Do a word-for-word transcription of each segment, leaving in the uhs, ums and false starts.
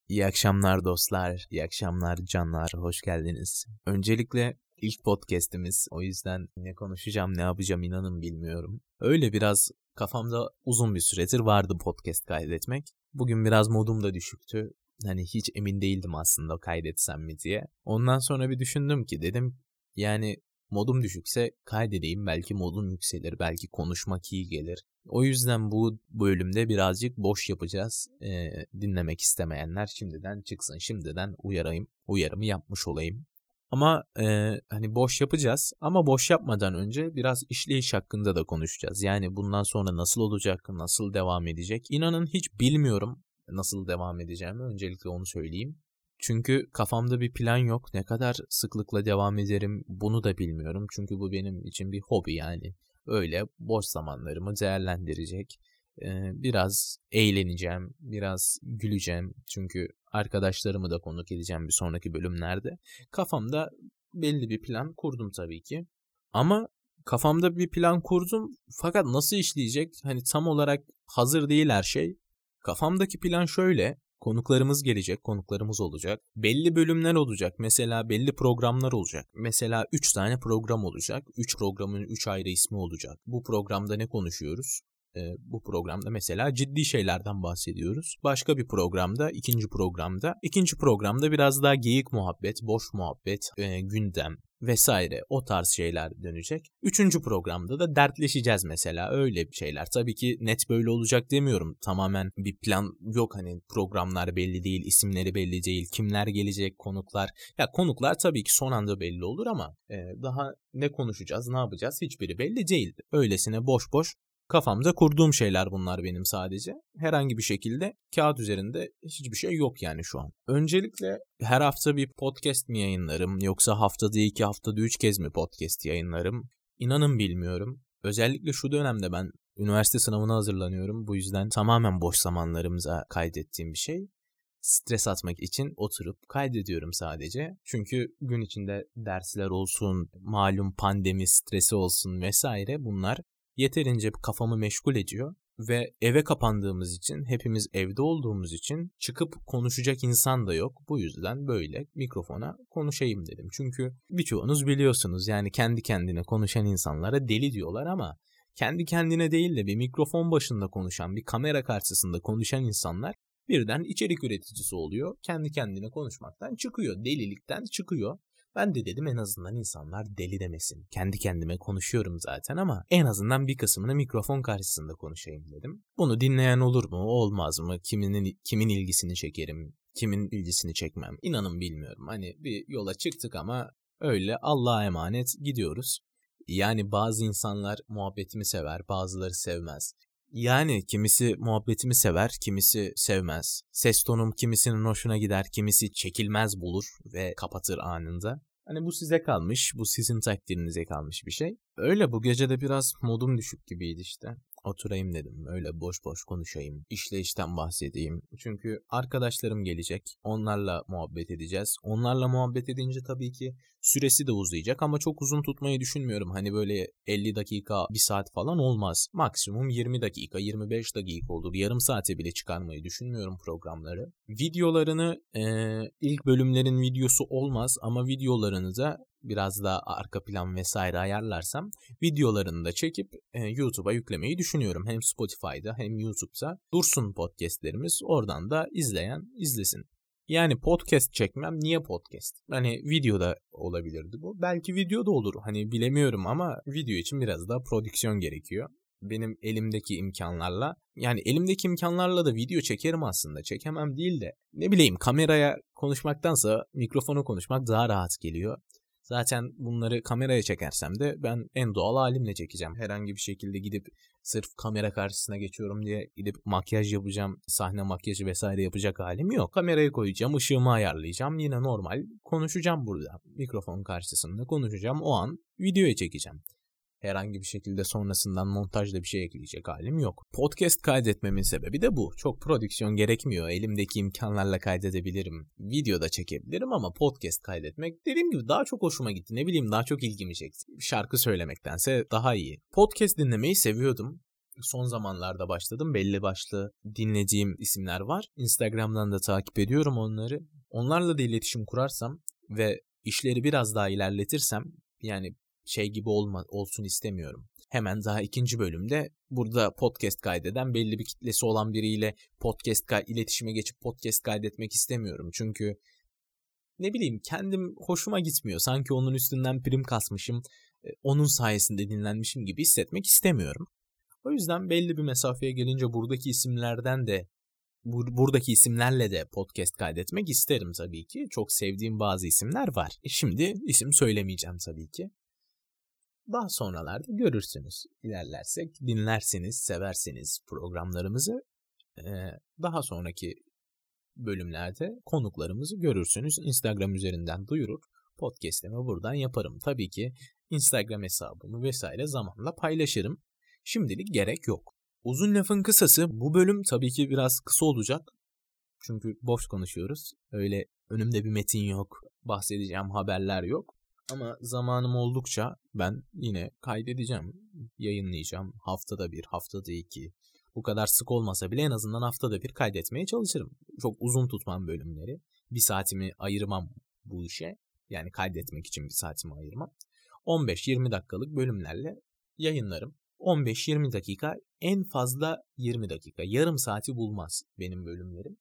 İyi akşamlar dostlar, iyi akşamlar canlar, hoş geldiniz. Öncelikle ilk podcast'imiz, o yüzden ne konuşacağım, ne yapacağım inanın bilmiyorum. Öyle biraz kafamda uzun bir süredir vardı podcast kaydetmek. Bugün biraz modum da düşüktü. Hani hiç emin değildim aslında kaydetsem mi diye. Ondan sonra bir düşündüm ki dedim yani modum düşükse kaydedeyim, belki modum yükselir, belki konuşmak iyi gelir. O yüzden bu bölümde birazcık boş yapacağız. Ee, dinlemek istemeyenler şimdiden çıksın, şimdiden uyarayım, uyarımı yapmış olayım. Ama e, hani boş yapacağız ama boş yapmadan önce biraz işleyiş hakkında da konuşacağız. Yani bundan sonra nasıl olacak, nasıl devam edecek? İnanın hiç bilmiyorum nasıl devam edeceğimi, öncelikle onu söyleyeyim. Çünkü kafamda bir plan yok. Ne kadar sıklıkla devam ederim bunu da bilmiyorum. Çünkü bu benim için bir hobi yani. Öyle boş zamanlarımı değerlendirecek. Ee, biraz eğleneceğim, biraz güleceğim. Çünkü arkadaşlarımı da konuk edeceğim bir sonraki bölümlerde. Kafamda belli bir plan kurdum tabii ki. Ama kafamda bir plan kurdum fakat nasıl işleyecek? Hani tam olarak hazır değil her şey. Kafamdaki plan şöyle. Konuklarımız gelecek, konuklarımız olacak. Belli bölümler olacak. Mesela belli programlar olacak. Mesela üç tane program olacak. üç programın üç ayrı ismi olacak. Bu programda ne konuşuyoruz? Ee, bu programda mesela ciddi şeylerden bahsediyoruz. Başka bir programda, ikinci programda, ikinci programda biraz daha geyik muhabbet, boş muhabbet, e, gündem vesaire o tarz şeyler dönecek. Üçüncü programda da dertleşeceğiz mesela, öyle bir şeyler. Tabii ki net böyle olacak demiyorum. Tamamen bir plan yok, hani programlar belli değil, isimleri belli değil, kimler gelecek, konuklar. Ya konuklar tabii ki son anda belli olur ama e, daha ne konuşacağız, ne yapacağız hiçbiri belli değil. Öylesine boş boş kafamda kurduğum şeyler bunlar benim sadece. Herhangi bir şekilde kağıt üzerinde hiçbir şey yok yani şu an. Öncelikle her hafta bir podcast mi yayınlarım yoksa haftada iki, haftada üç kez mi podcast yayınlarım? İnanın bilmiyorum. Özellikle şu dönemde ben üniversite sınavına hazırlanıyorum. Bu yüzden tamamen boş zamanlarımıza kaydettiğim bir şey. Stres atmak için oturup kaydediyorum sadece. Çünkü gün içinde dersler olsun, malum pandemi stresi olsun vesaire, bunlar yeterince kafamı meşgul ediyor ve eve kapandığımız için, hepimiz evde olduğumuz için çıkıp konuşacak insan da yok. Bu yüzden böyle mikrofona konuşayım dedim. Çünkü birçoğunuz biliyorsunuz yani kendi kendine konuşan insanlara deli diyorlar ama kendi kendine değil de bir mikrofon başında konuşan, bir kamera karşısında konuşan insanlar birden içerik üreticisi oluyor. Kendi kendine konuşmaktan çıkıyor, delilikten çıkıyor. Ben de dedim en azından insanlar deli demesin. Kendi kendime konuşuyorum zaten ama en azından bir kısmını mikrofon karşısında konuşayım dedim. Bunu dinleyen olur mu, olmaz mı? Kimin, kimin ilgisini çekerim, kimin ilgisini çekmem? İnanın bilmiyorum. Hani bir yola çıktık ama öyle Allah'a emanet gidiyoruz. Yani bazı insanlar muhabbetimi sever, bazıları sevmez. Yani kimisi muhabbetimi sever, kimisi sevmez. Ses tonum kimisinin hoşuna gider, kimisi çekilmez bulur ve kapatır anında. Hani bu size kalmış, bu sizin takdirinize kalmış bir şey. Öyle bu gece de biraz modum düşük gibiydi işte. Oturayım dedim, öyle boş boş konuşayım, işleyişten bahsedeyim. Çünkü arkadaşlarım gelecek, onlarla muhabbet edeceğiz. Onlarla muhabbet edince tabii ki süresi de uzayacak ama çok uzun tutmayı düşünmüyorum. Hani böyle elli dakika, bir saat falan olmaz. Maksimum yirmi dakika, yirmi beş dakika olur. Yarım saate bile çıkarmayı düşünmüyorum programları. Videolarını e, ilk bölümlerin videosu olmaz ama videolarını da biraz daha arka plan vesaire ayarlarsam videolarını da çekip e, YouTube'a yüklemeyi düşünüyorum. Hem Spotify'da hem YouTube'da dursun podcastlerimiz, oradan da izleyen izlesin. Yani podcast çekmem, niye podcast? Hani videoda olabilirdi bu. Belki videoda olur, hani bilemiyorum ama video için biraz daha prodüksiyon gerekiyor. Benim elimdeki imkanlarla, yani elimdeki imkanlarla da video çekerim aslında. Çekemem değil de ne bileyim, kameraya konuşmaktansa mikrofona konuşmak daha rahat geliyor. Zaten bunları kameraya çekersem de ben en doğal halimle çekeceğim. Herhangi bir şekilde gidip sırf kamera karşısına geçiyorum diye gidip makyaj yapacağım, sahne makyajı vesaire yapacak halim yok. Kamerayı koyacağım, ışığımı ayarlayacağım. Yine normal konuşacağım burada. Mikrofon karşısında konuşacağım. O an videoya çekeceğim. Herhangi bir şekilde sonrasından montajda bir şey ekleyecek halim yok. Podcast kaydetmemin sebebi de bu. Çok prodüksiyon gerekmiyor. Elimdeki imkanlarla kaydedebilirim. Video da çekebilirim ama podcast kaydetmek dediğim gibi daha çok hoşuma gitti. Ne bileyim, daha çok ilgimi çekti. Şarkı söylemektense daha iyi. Podcast dinlemeyi seviyordum. son zamanlarda başladım. Belli başlı dinlediğim isimler var. Instagram'dan da takip ediyorum onları. Onlarla da iletişim kurarsam ve işleri biraz daha ilerletirsem, yani şey gibi olma, olsun istemiyorum. Hemen daha ikinci bölümde burada podcast kaydeden belli bir kitlesi olan biriyle podcast kay- iletişime geçip podcast kaydetmek istemiyorum. Çünkü ne bileyim, kendim hoşuma gitmiyor. Sanki onun üstünden prim kasmışım, onun sayesinde dinlenmişim gibi hissetmek istemiyorum. O yüzden belli bir mesafeye gelince buradaki isimlerden de bur- buradaki isimlerle de podcast kaydetmek isterim tabii ki. Çok sevdiğim bazı isimler var. E şimdi isim söylemeyeceğim tabii ki. Daha sonralarda görürsünüz. İlerlersek dinlersiniz, severseniz programlarımızı. Ee, daha sonraki bölümlerde konuklarımızı görürsünüz. Instagram üzerinden duyurur. Podcast'imi buradan yaparım. Tabii ki Instagram hesabımı vesaire zamanla paylaşırım. Şimdilik gerek yok. Uzun lafın kısası, bu bölüm tabii ki biraz kısa olacak. Çünkü boş konuşuyoruz. Öyle önümde bir metin yok. Bahsedeceğim haberler yok. Ama zamanım oldukça ben yine kaydedeceğim, yayınlayacağım. Haftada bir, haftada iki. Bu kadar sık olmasa bile en azından haftada bir kaydetmeye çalışırım. Çok uzun tutmam bölümleri. Bir saatimi ayırmam bu işe. Yani kaydetmek için bir saatimi ayırmam. on beş yirmi dakikalık bölümlerle yayınlarım. on beş yirmi dakika, en fazla yirmi dakika. Yarım saati bulmaz benim bölümlerim.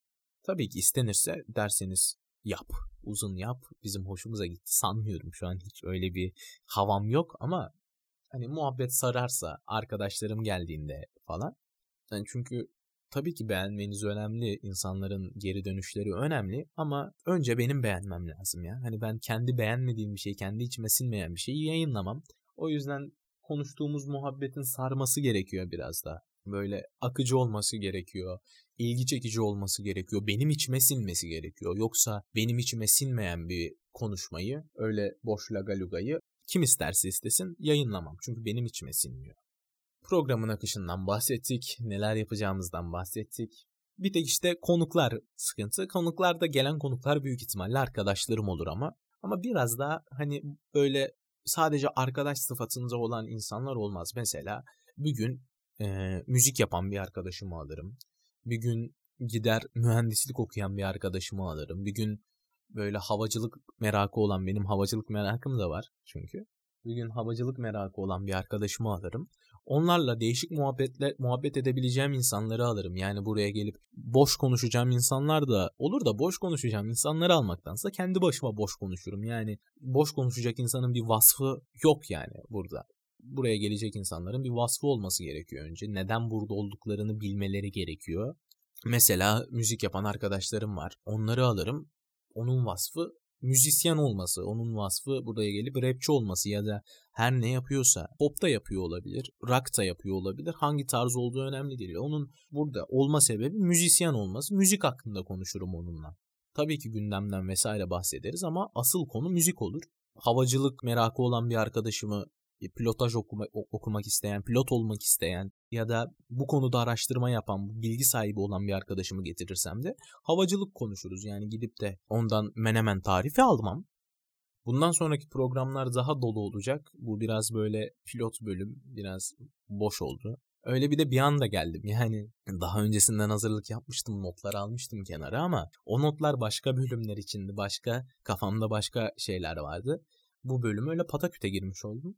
Tabii ki istenirse derseniz yap, uzun yap. Bizim hoşumuza gitti. Sanmıyorum, şu an hiç öyle bir havam yok ama hani muhabbet sararsa, arkadaşlarım geldiğinde falan. Yani çünkü tabii ki beğenmeniz önemli, insanların geri dönüşleri önemli ama önce benim beğenmem lazım ya. Hani ben kendi beğenmediğim bir şey, kendi içime sinmeyen bir şeyi yayınlamam. O yüzden konuştuğumuz muhabbetin sarması gerekiyor biraz da. Böyle akıcı olması gerekiyor, ilgi çekici olması gerekiyor, benim içime sinmesi gerekiyor. Yoksa benim içime sinmeyen bir konuşmayı, öyle boş lagalugayı kim isterse istesin yayınlamam. Çünkü benim içime sinmiyor. Programın akışından bahsettik, neler yapacağımızdan bahsettik. Bir de işte konuklar sıkıntı. Konuklarda gelen konuklar büyük ihtimalle arkadaşlarım olur ama. Ama biraz daha hani böyle sadece arkadaş sıfatında olan insanlar olmaz. Mesela bir gün e, müzik yapan bir arkadaşımı alırım. Bir gün gider mühendislik okuyan bir arkadaşımı alırım. Bir gün böyle havacılık merakı olan, benim havacılık merakım da var çünkü. Bir gün havacılık merakı olan bir arkadaşımı alırım. Onlarla değişik muhabbetle muhabbet edebileceğim insanları alırım. Yani buraya gelip boş konuşacağım insanlar da olur da boş konuşacağım insanları almaktansa kendi başıma boş konuşurum. Yani boş konuşacak insanın bir vasfı yok yani burada. Buraya gelecek insanların bir vasfı olması gerekiyor önce. Neden burada olduklarını bilmeleri gerekiyor. Mesela müzik yapan arkadaşlarım var. Onları alırım. Onun vasfı müzisyen olması, onun vasfı buraya gelip rapçi olması ya da her ne yapıyorsa, pop da yapıyor olabilir, rock da yapıyor olabilir. Hangi tarz olduğu önemli değil. Onun burada olma sebebi müzisyen olması. Müzik hakkında konuşurum onunla. Tabii ki gündemden vesaire bahsederiz ama asıl konu müzik olur. Havacılık merakı olan bir arkadaşımı, pilotaj okuma, okumak isteyen, pilot olmak isteyen ya da bu konuda araştırma yapan, bilgi sahibi olan bir arkadaşımı getirirsem de havacılık konuşuruz. Yani gidip de ondan menemen tarifi almam. Bundan sonraki programlar daha dolu olacak. Bu biraz böyle pilot bölüm, biraz boş oldu. Öyle bir de bir anda geldim. Yani daha öncesinden hazırlık yapmıştım, notlar almıştım kenara ama o notlar başka bölümler içindi. Başka, kafamda başka şeyler vardı. Bu bölüm öyle pataküte girmiş oldum.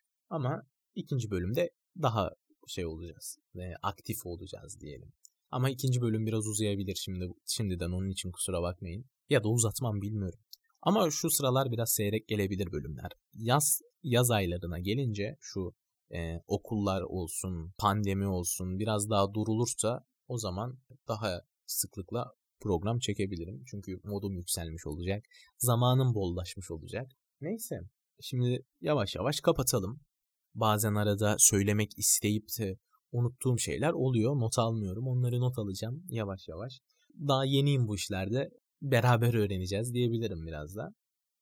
Ama ikinci bölümde daha şey olacağız ve aktif olacağız diyelim. Ama ikinci bölüm biraz uzayabilir şimdi, şimdiden onun için kusura bakmayın. Ya da uzatmam, bilmiyorum. Ama şu sıralar biraz seyrek gelebilir bölümler. Yaz yaz aylarına gelince şu e, okullar olsun, pandemi olsun biraz daha durulursa o zaman daha sıklıkla program çekebilirim. Çünkü modum yükselmiş olacak. Zamanım bollaşmış olacak. Neyse, şimdi yavaş yavaş kapatalım. Bazen arada söylemek isteyip de unuttuğum şeyler oluyor. Not almıyorum. Onları not alacağım yavaş yavaş. Daha yeniyim bu işlerde. Beraber öğreneceğiz diyebilirim biraz da.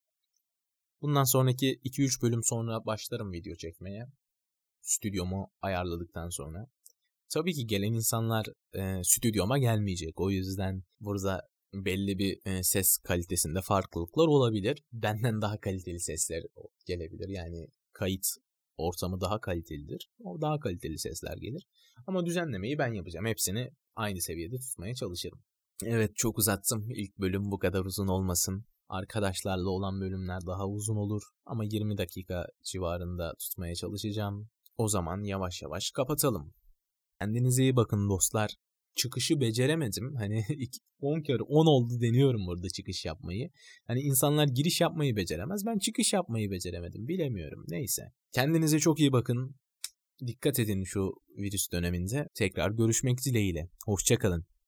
Bundan sonraki iki üç bölüm sonra başlarım video çekmeye. Stüdyomu ayarladıktan sonra. Tabii ki gelen insanlar e, stüdyoma gelmeyecek. O yüzden burada belli bir e, ses kalitesinde farklılıklar olabilir. Benden daha kaliteli sesler gelebilir. Yani kayıt ortamı daha kalitelidir. O daha kaliteli sesler gelir. Ama düzenlemeyi ben yapacağım. Hepsini aynı seviyede tutmaya çalışırım. Evet, çok uzattım. İlk bölüm bu kadar uzun olmasın. Arkadaşlarla olan bölümler daha uzun olur. Ama yirmi dakika civarında tutmaya çalışacağım. O zaman yavaş yavaş kapatalım. Kendinize iyi bakın dostlar. Çıkışı beceremedim. Hani on kere on oldu deniyorum burada çıkış yapmayı. Hani insanlar giriş yapmayı beceremez. Ben çıkış yapmayı beceremedim. Bilemiyorum. Neyse. Kendinize çok iyi bakın. Dikkat edin şu virüs döneminde. Tekrar görüşmek dileğiyle. Hoşça kalın.